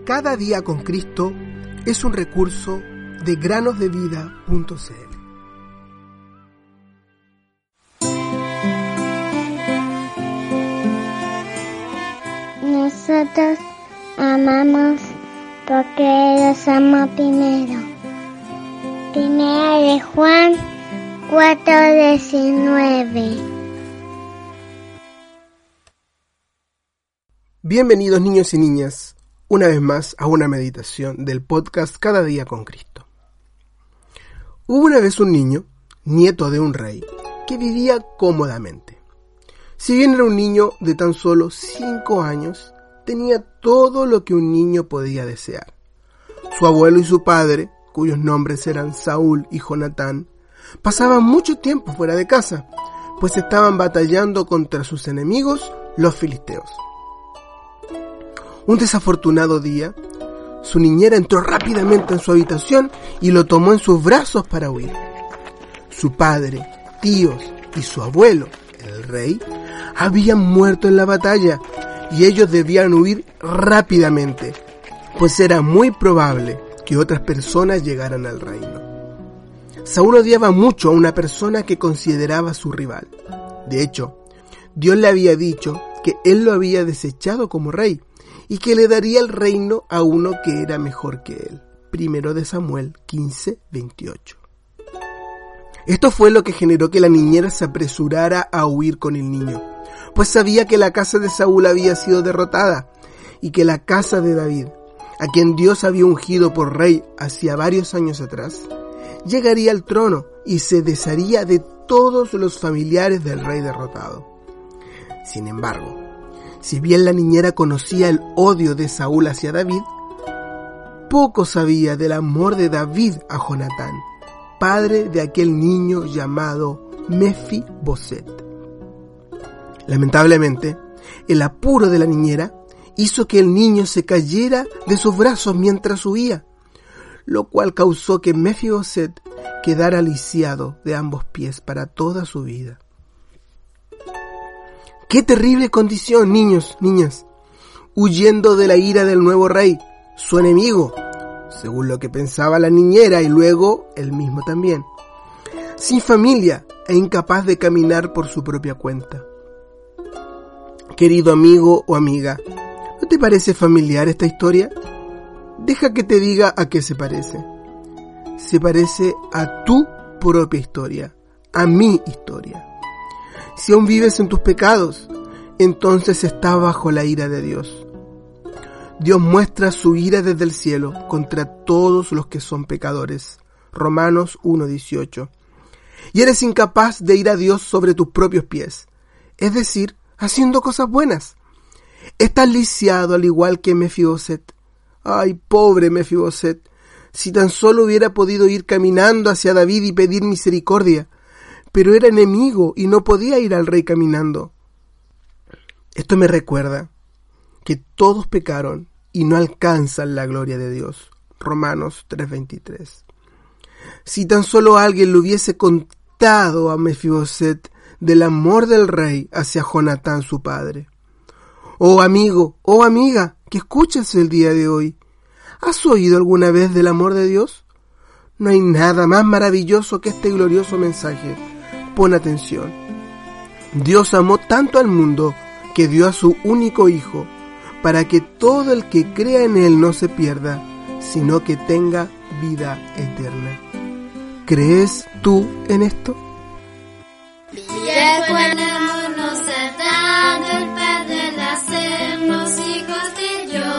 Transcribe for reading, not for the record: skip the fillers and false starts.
Cada día con Cristo es un recurso de granosdevida.cl. Nosotros amamos porque los amo primero. Primera de Juan 4:19. Bienvenidos niños y niñas, una vez más a una meditación del podcast Cada día con Cristo. Hubo una vez un niño, nieto de un rey, que vivía cómodamente. Si bien era un niño de tan solo 5 años, tenía todo lo que un niño podía desear. Su abuelo y su padre, cuyos nombres eran Saúl y Jonatán, pasaban mucho tiempo fuera de casa, pues estaban batallando contra sus enemigos, los filisteos. Un desafortunado día, su niñera entró rápidamente en su habitación y lo tomó en sus brazos para huir. Su padre, tíos y su abuelo, el rey, habían muerto en la batalla y ellos debían huir rápidamente, pues era muy probable que otras personas llegaran al reino. Saúl odiaba mucho a una persona que consideraba su rival. De hecho, Dios le había dicho que él lo había desechado como rey y que le daría el reino a uno que era mejor que él. 1 de Samuel 15:28. Esto fue lo que generó que la niñera se apresurara a huir con el niño, pues sabía que la casa de Saúl había sido derrotada y que la casa de David, a quien Dios había ungido por rey hacía varios años atrás, llegaría al trono y se desharía de todos los familiares del rey derrotado. Sin embargo, si bien la niñera conocía el odio de Saúl hacia David, poco sabía del amor de David a Jonatán, padre de aquel niño llamado Mefiboset. Lamentablemente, el apuro de la niñera hizo que el niño se cayera de sus brazos mientras huía, lo cual causó que Mefiboset quedara lisiado de ambos pies para toda su vida. ¡Qué terrible condición, niños, niñas! Huyendo de la ira del nuevo rey, su enemigo, según lo que pensaba la niñera y luego él mismo también. Sin familia e incapaz de caminar por su propia cuenta. Querido amigo o amiga, ¿no te parece familiar esta historia? Deja que te diga a qué se parece. Se parece a tu propia historia, a mi historia. Si aún vives en tus pecados, entonces estás bajo la ira de Dios. Dios muestra su ira desde el cielo contra todos los que son pecadores. Romanos 1:18. Y eres incapaz de ir a Dios sobre tus propios pies, es decir, haciendo cosas buenas. Estás lisiado al igual que Mefiboset. Ay, pobre Mefiboset, si tan solo hubiera podido ir caminando hacia David y pedir misericordia, pero era enemigo y no podía ir al rey caminando. Esto me recuerda que todos pecaron y no alcanzan la gloria de Dios. Romanos 3:23. Si tan solo alguien le hubiese contado a Mefiboset del amor del rey hacia Jonatán su padre. Oh amigo, oh amiga, que escuchas el día de hoy. ¿Has oído alguna vez del amor de Dios? No hay nada más maravilloso que este glorioso mensaje. Pon atención. Dios amó tanto al mundo que dio a su único Hijo, para que todo el que crea en Él no se pierda, sino que tenga vida eterna. ¿Crees tú en esto? Mira cuán amor nos ha dado el Padre al hacernos hijos de Dios.